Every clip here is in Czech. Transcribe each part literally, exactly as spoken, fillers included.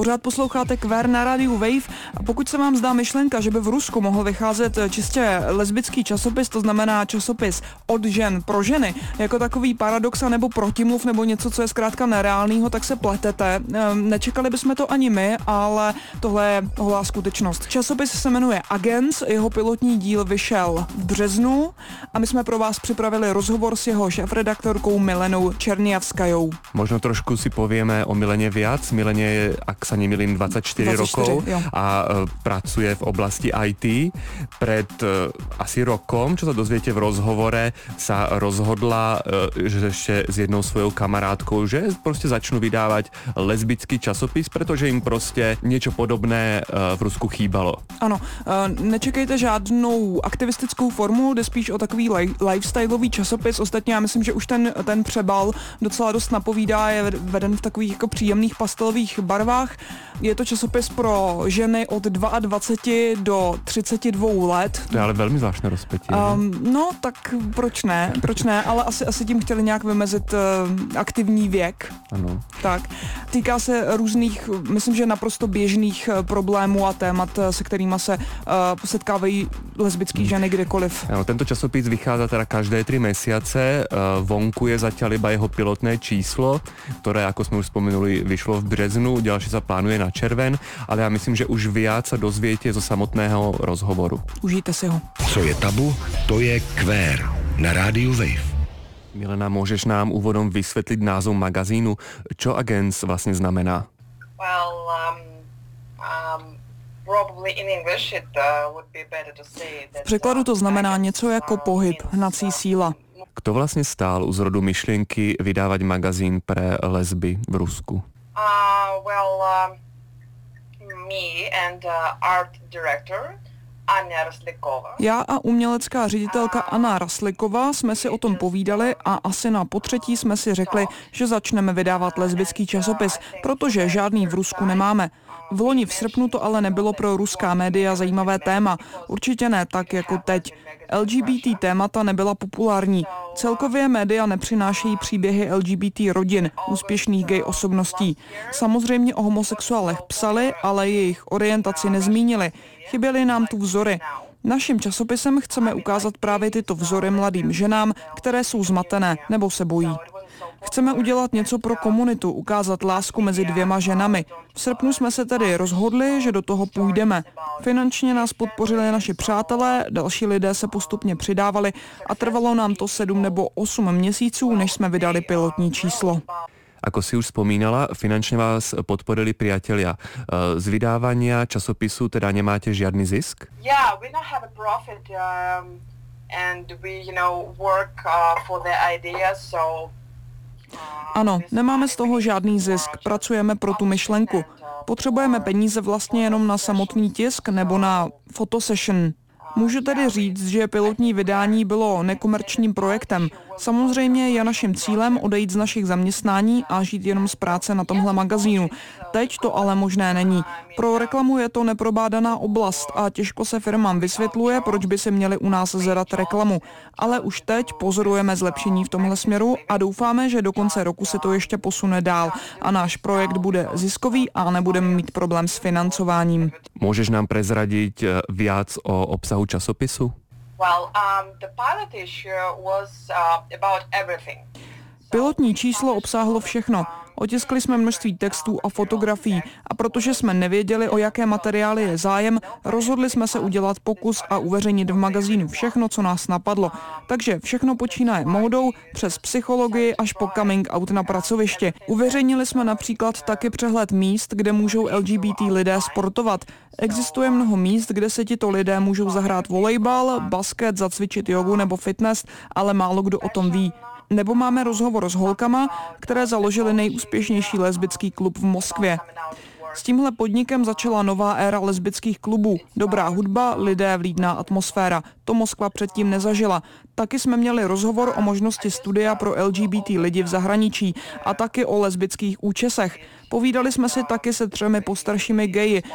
Pořád posloucháte Queer na rádiu Wave a pokud se vám zdá myšlenka, že by v Rusku mohl vycházet čistě lesbický časopis, to znamená časopis od žen pro ženy, jako takový paradox a nebo protimluv nebo něco, co je zkrátka nereálného, tak se pletete. Nečekali bychom to ani my, ale tohle je holá skutečnost. Časopis se jmenuje Agents, jeho pilotní díl vyšel v březnu a my jsme pro vás připravili rozhovor s jeho šéfredaktorkou Milenou Černiavskajou. Možno trošku si povieme o Milene viac. Milene je, ak sa nemýlim, dvadsaťštyri rokov jo. a e, pracuje v oblasti í té. Pred e, asi rokom, čo sa dozviete v rozhovore, sa rozhodla, e, že ešte s jednou svojou kamarátkou, že proste začnú vydávať lesbický časopis, pretože im proste niečo podobné e, v Rusku chýbalo. Ano, e, nečekejte žádnou aktivistickou formu, jde spíš o takový li- lifestyleový časopis. Ostatně já myslím, že už ten, ten přebal docela dost napovídá, je veden v takových jako příjemných pastelových barvách. Je to časopis pro ženy od dvacet dva do třicet dva let. To je ale velmi zvláštné rozpětí. Um, no, tak proč ne? Proč ne? Ale asi, asi tím chtěli nějak vymezit uh, aktivní věk. Ano. Tak. Týká se různých, myslím, že naprosto běžných problémů a témat, se kterými se uh, setkávají lesbické ženy kdekoliv. Ano, tento časopis vychádza teda každé tri mesiace. Uh, vonku je zatiaľ iba jeho pilotné číslo, ktoré, ako sme už spomenuli, vyšlo v březnu, ďalšie sa plánuje na červen, ale ja myslím, že už viac sa dozviete zo samotného rozhovoru. Užijte si ho. Co je tabu, to je Queer na rádiu Wave. Milena, môžeš nám úvodom vysvetliť názov magazínu? Čo Agents vlastne znamená? Well, um, um, probably in English it uh, would be better to say that. V překladu to znamená něco jako pohyb, hnací síla. Kto vlastne stál u zrodu myšlienky vydávať magazín pre lesby v Rusku? Uh, well, uh, me and uh, art director Anna Raslikova. Já a umělecká ředitelka Anna Rasliková jsme si o tom povídali a asi na potřetí jsme si řekli, že začneme vydávat lesbický časopis, protože žádný v Rusku nemáme. V loni v srpnu to ale nebylo pro ruská média zajímavé téma. Určitě ne tak jako teď. L G B T témata nebyla populární. Celkově média nepřinášejí příběhy L G B T rodin, úspěšných gay osobností. Samozřejmě o homosexuálech psali, ale jejich orientaci nezmínili. Chyběly nám tu vzory. Naším časopisem chceme ukázat právě tyto vzory mladým ženám, které jsou zmatené nebo se bojí. Chceme udělat něco pro komunitu, ukázat lásku mezi dvěma ženami. V srpnu jsme se tedy rozhodli, že do toho půjdeme. Finančně nás podpořili naši přátelé, další lidé se postupně přidávali a trvalo nám to sedm nebo osm měsíců, než jsme vydali pilotní číslo. Ako si už spomínala, finančne vás podporili priatelia. Z vydávania časopisu teda nemáte žiadny zisk? Yeah, we don't have a profit um, and we, you know, work uh, for the idea, so Ano, nemáme z toho žádný zisk, pracujeme pro tu myšlenku. Potřebujeme peníze vlastně jenom na samotný tisk nebo na fotosession. Můžu tedy říct, že pilotní vydání bylo nekomerčním projektem. Samozřejmě je naším cílem odejít z našich zaměstnání a žít jenom z práce na tomhle magazínu. Teď to ale možné není. Pro reklamu je to neprobádaná oblast a těžko se firmám vysvětluje, proč by si měli u nás zadat reklamu. Ale už teď pozorujeme zlepšení v tomhle směru a doufáme, že do konce roku se to ještě posune dál a náš projekt bude ziskový a nebudeme mít problém s financováním. Můžeš nám prezradiť viac o obsahu časopisu? Well, um, the pilot issue was uh, about everything. Pilotní číslo obsáhlo všechno. Otiskli jsme množství textů a fotografií a protože jsme nevěděli, o jaké materiály je zájem, rozhodli jsme se udělat pokus a uveřejnit v magazínu všechno, co nás napadlo. Takže všechno počínaje módou, přes psychologii až po coming out na pracoviště. Uveřejnili jsme například taky přehled míst, kde můžou L G B T lidé sportovat. Existuje mnoho míst, kde se tito lidé můžou zahrát volejbal, basket, zacvičit jogu nebo fitness, ale málo kdo o tom ví. Nebo máme rozhovor s holkama, které založily nejúspěšnější lesbický klub v Moskvě. S tímhle podnikem začala nová éra lesbických klubů. Dobrá hudba, lidé, vlídná atmosféra. To Moskva předtím nezažila. Taky jsme měli rozhovor o možnosti studia pro L G B T lidi v zahraničí a taky o lesbických účesech. Povídali jsme si taky se třemi postaršími geji,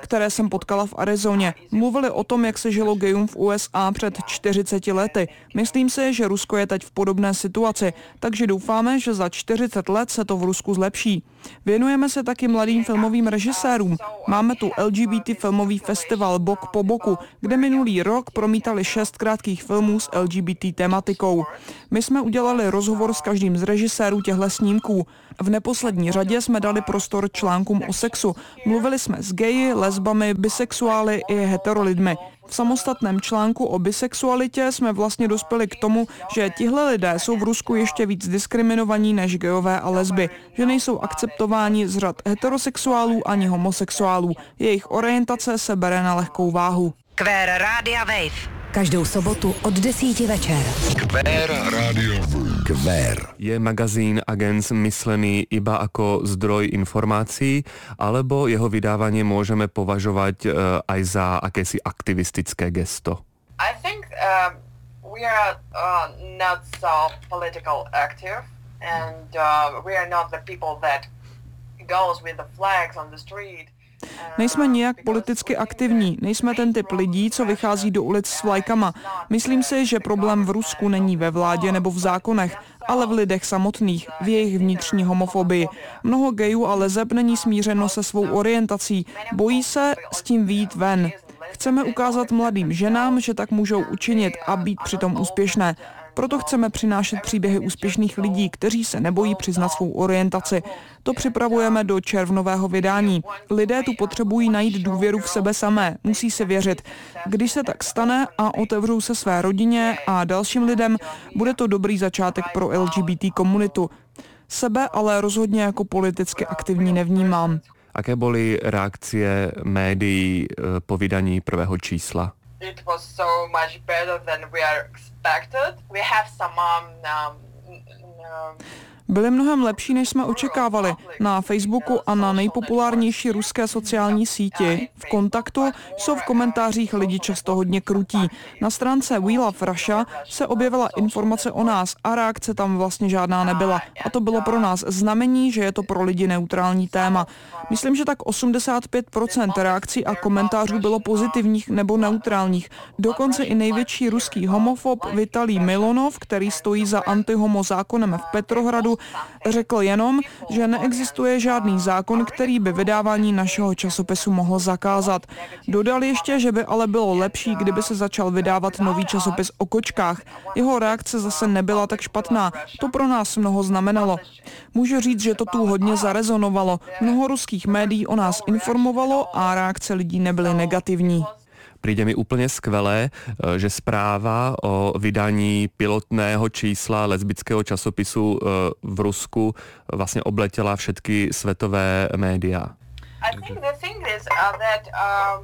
které jsem potkala v Arizoně. Mluvili o tom, jak se žilo gayům v U S A před čtyřiceti lety. Myslím si, že Rusko je teď v podobné situaci, takže doufáme, že za čtyřicet let se to v Rusku zlepší. Věnujeme se taky mladým filmovým režisérům. Máme tu L G B T filmový festival Bok po boku, kde minulý rok promítali šest krátkých filmů s L G B T tematikou. My jsme udělali rozhovor s každým z režisérů těchto snímků. V neposlední řadě jsme dali prostor článkům o sexu. Mluvili jsme s geji, lesbami, bisexuály i heterolidmi. V samostatném článku o bisexualitě jsme vlastně dospěli k tomu, že tihle lidé jsou v Rusku ještě víc diskriminovaní než gejové a lesby, že nejsou akceptováni z řad heterosexuálů ani homosexuálů. Jejich orientace se bere na lehkou váhu. Kvér Rádia Wave. Každou sobotu od desíti večer. Kvér Rádio Kvér. Je magazín Agents myslený iba ako zdroj informácií, alebo jeho vydávanie môžeme považovať uh, aj za akési aktivistické gesto? I think um, we are uh, not so political active, and uh, we are not the people that goes with the flags on the street. Nejsme nijak politicky aktivní, nejsme ten typ lidí, co vychází do ulic s vlajkama. Myslím si, že problém v Rusku není ve vládě nebo v zákonech, ale v lidech samotných, v jejich vnitřní homofobii. Mnoho gejů a leseb není smířeno se svou orientací, bojí se s tím vyjít ven. Chceme ukázat mladým ženám, že tak můžou učinit a být přitom úspěšné. Proto chceme přinášet příběhy úspěšných lidí, kteří se nebojí přiznat svou orientaci. To připravujeme do červnového vydání. Lidé tu potřebují najít důvěru v sebe samé, musí se věřit. Když se tak stane a otevřou se své rodině a dalším lidem, bude to dobrý začátek pro L G B T komunitu. Sebe ale rozhodně jako politicky aktivní nevnímám. Aké boli reakcie médií po vydaní prvého čísla? It was so much better than we are expected. We have some um, um, um Byly mnohem lepší, než jsme očekávali. Na Facebooku a na nejpopulárnější ruské sociální síti v Kontaktu jsou v komentářích lidi často hodně krutí. Na stránce We Love Russia se objevila informace o nás a reakce tam vlastně žádná nebyla. A to bylo pro nás znamení, že je to pro lidi neutrální téma. Myslím, že tak osmdesát pět procent reakcí a komentářů bylo pozitivních nebo neutrálních. Dokonce i největší ruský homofob Vitalij Milonov, který stojí za antihomo zákonem v Petrohradu, řekl jenom, že neexistuje žádný zákon, který by vydávání našeho časopisu mohl zakázat. Dodal ještě, že by ale bylo lepší, kdyby se začal vydávat nový časopis o kočkách. Jeho reakce zase nebyla tak špatná. To pro nás mnoho znamenalo. Můžu říct, že to tu hodně zarezonovalo. Mnoho ruských médií o nás informovalo a reakce lidí nebyly negativní. Príde mi úplne skvelé, že správa o vydaní pilotného čísla lesbického časopisu v Rusku vlastne obletela všetky svetové médiá. I think the thing is uh, that um,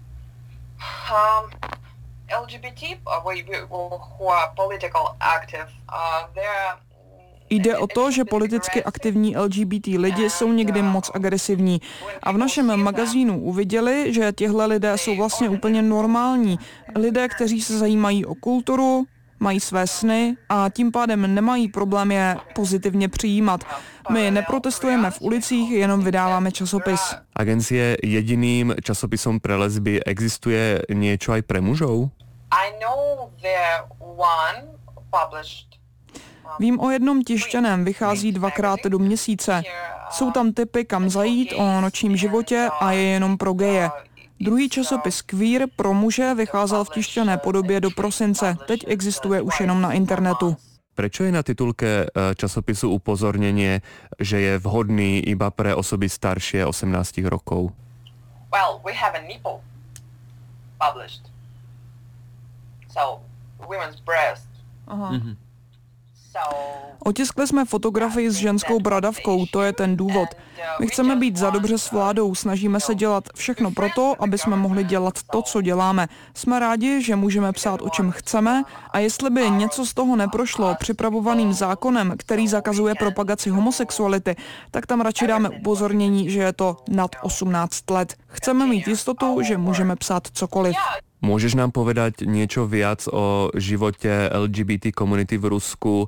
um, L G B T uh, who are political active, uh, they're Jde o to, že politicky aktivní L G B T lidi jsou někdy moc agresivní. A v našem magazínu uviděli, že tihle lidé jsou vlastně úplně normální. Lidé, kteří se zajímají o kulturu, mají své sny a tím pádem nemají problém je pozitivně přijímat. My neprotestujeme v ulicích, jenom vydáváme časopis. Agents je jediným časopisom pre lesby. Existuje niečo aj pre mužov? I know there one published. Vím o jednom tištěném, vychází dvakrát do měsíce. Jsou tam tipy, kam zajít, o nočním životě a je jenom pro geje. Druhý časopis Queer pro muže vycházel v tištěné podobě do prosince, teď existuje už jenom na internetu. Prečo je na titulke časopisu upozornenie, že je vhodný iba pre osoby staršie osemnásť rokov? Well, we have a nipple published. So, women's breast. Aha. Mm-hmm. Otiskli jsme fotografii s ženskou bradavkou, to je ten důvod. My chceme být za dobře s vládou, snažíme se dělat všechno proto, aby jsme mohli dělat to, co děláme. Jsme rádi, že můžeme psát, o čem chceme, a jestli by něco z toho neprošlo připravovaným zákonem, který zakazuje propagaci homosexuality, tak tam radši dáme upozornění, že je to nad osmnáct let. Chceme mít jistotu, že můžeme psát cokoliv. Môžeš nám povedať niečo viac o živote L G B T komunity v Rusku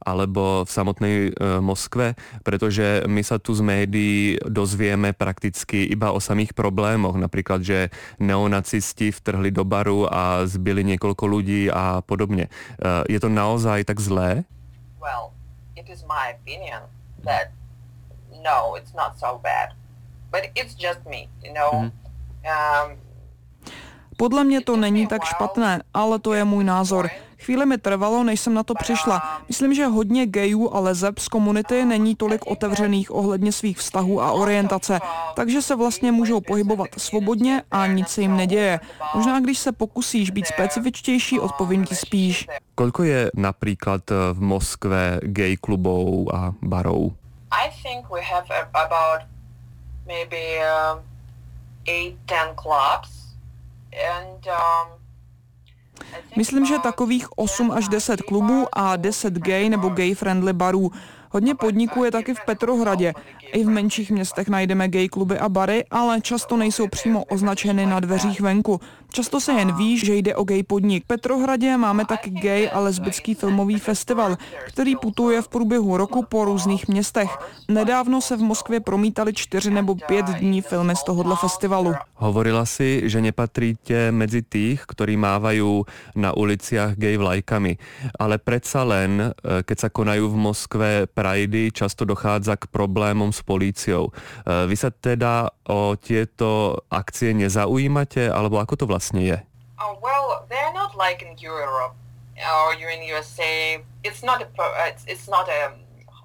alebo v samotnej e, Moskve, pretože my sa tu z médií dozvieme prakticky iba o samých problémoch, napríklad, že neonacisti vtrhli do baru a zbili niekoľko ľudí a podobne. E, je to naozaj tak zlé? Well, it is my opinion that no, it's not so bad. But it's just me, you know. Mm-hmm. Um, Podle mě to není tak špatné, ale to je můj názor. Chvíli mi trvalo, než jsem na to přišla. Myslím, že hodně gayů a leseb z komunity není tolik otevřených ohledně svých vztahů a orientace, takže se vlastně můžou pohybovat svobodně a nic se jim neděje. Možná když se pokusíš být specifičtější, odpovím ti spíš. Koľko je napríklad v Moskve gay klubov a barov? I think we have about maybe uh, eight, ten clubs. And, um, Myslím, že takových osm až deset klubů a deset gay nebo gay-friendly barů. Hodně podniků je taky v Petrohradě. I v menších městech najdeme gay kluby a bary, ale často nejsou přímo označeny na dveřích venku. Často se jen ví, že jde o gay podnik. V Petrohradě máme taky gay a lesbický filmový festival, který putuje v průběhu roku po různých městech. Nedávno se v Moskvě promítali čtyři nebo pět dní filmy z tohohle festivalu. Hovorila si, že nepatríte medzi tých, ktorí mávajú na uliciach gay vlajkami, ale predsa len, keď sa konajú v Moskve prajdy, často dochádza k problémom s políciou. Vy sa teda o tieto akcie nezaujímate, alebo ako to vlastne je? Oh, well, they're not like in Europe or you're in U S A. It's not a, it's, it's not a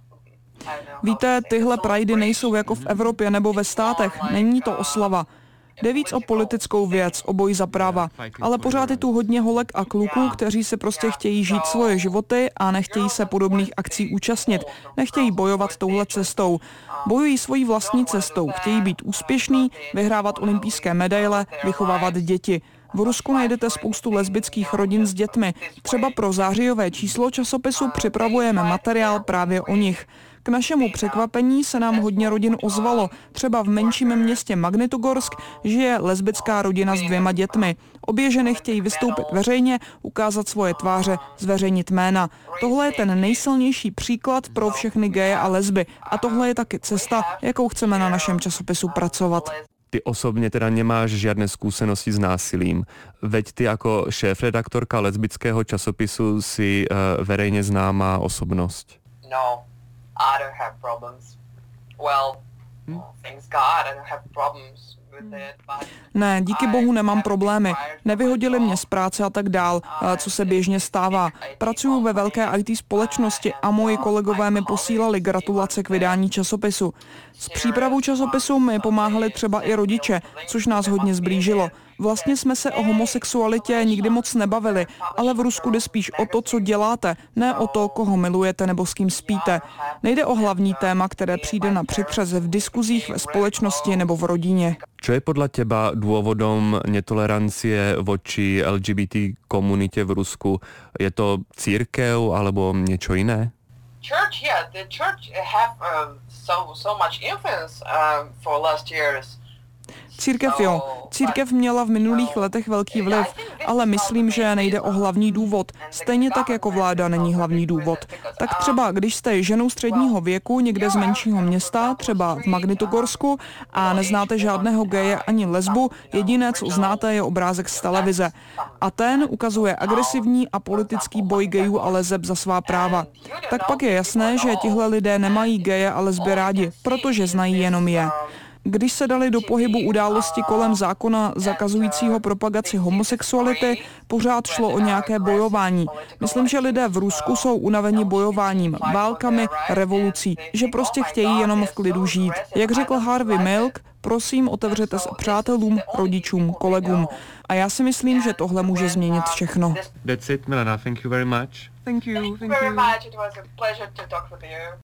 Víte, tyhle prajdy nejsou jako v Evropě nebo ve státech. Není to oslava. Jde víc o politickou věc, o boj za práva. Ale pořád je tu hodně holek a kluků, kteří si prostě chtějí žít svoje životy a nechtějí se podobných akcí účastnit. Nechtějí bojovat touhle cestou. Bojují svojí vlastní cestou. Chtějí být úspěšní, vyhrávat olympijské medaile, vychovávat děti. V Rusku najdete spoustu lesbických rodin s dětmi. Třeba pro zářijové číslo časopisu připravujeme materiál právě o nich. K našemu překvapení se nám hodně rodin ozvalo. Třeba v menším městě Magnitogorsk žije lesbická rodina s dvěma dětmi. Obě ženy chtějí vystoupit veřejně, ukázat svoje tváře, zveřejnit jména. Tohle je ten nejsilnější příklad pro všechny geje a lesby. A tohle je taky cesta, jakou chceme na našem časopisu pracovat. Ty osobne teda nemáš žiadne skúsenosti s násilím. Veď ty ako šéf-redaktorka lesbického časopisu si uh, verejne známa osobnosť. No, I don't have problems. Well, hmm? thanks God, I don't have problems with it, but Ne, díky bohu nemám problémy. Nevyhodili mě z práce a tak dál, co se běžně stává. Pracuju ve velké í té společnosti a moji kolegové mi posílali gratulace k vydání časopisu. S přípravou časopisu mi pomáhali třeba i rodiče, což nás hodně zblížilo. Vlastně jsme se o homosexualitě nikdy moc nebavili, ale v Rusku jde spíš o to, co děláte, ne o to, koho milujete nebo s kým spíte. Nejde o hlavní téma, které přijde na přetřes v diskuzích ve společnosti nebo v rodině. Čo je podľa teba dôvodom netolerancie voči el gé bé té komunite v Rusku? Je to cirkev alebo niečo iné? church, yeah, the church have um, so so much influence um, for last years. Církev jo. Církev měla v minulých letech velký vliv, ale myslím, že nejde o hlavní důvod. Stejně tak jako vláda není hlavní důvod. Tak třeba, když jste ženou středního věku někde z menšího města, třeba v Magnitogorsku, a neznáte žádného geje ani lesbu, jediné, co znáte, je obrázek z televize. A ten ukazuje agresivní a politický boj gejů a leseb za svá práva. Tak pak je jasné, že tihle lidé nemají geje a lesby rádi, protože znají jenom je. Když se dali do pohybu události kolem zákona zakazujícího propagaci homosexuality, pořád šlo o nějaké bojování. Myslím, že lidé v Rusku jsou unaveni bojováním, válkami, revolucí, že prostě chtějí jenom v klidu žít. Jak řekl Harvey Milk, prosím, otevřete se přátelům, rodičům, kolegům. A já si myslím, že tohle může změnit všechno. That's it, Milena. Thank you very much. Thank you. Thank you very much. It was a pleasure to talk with you.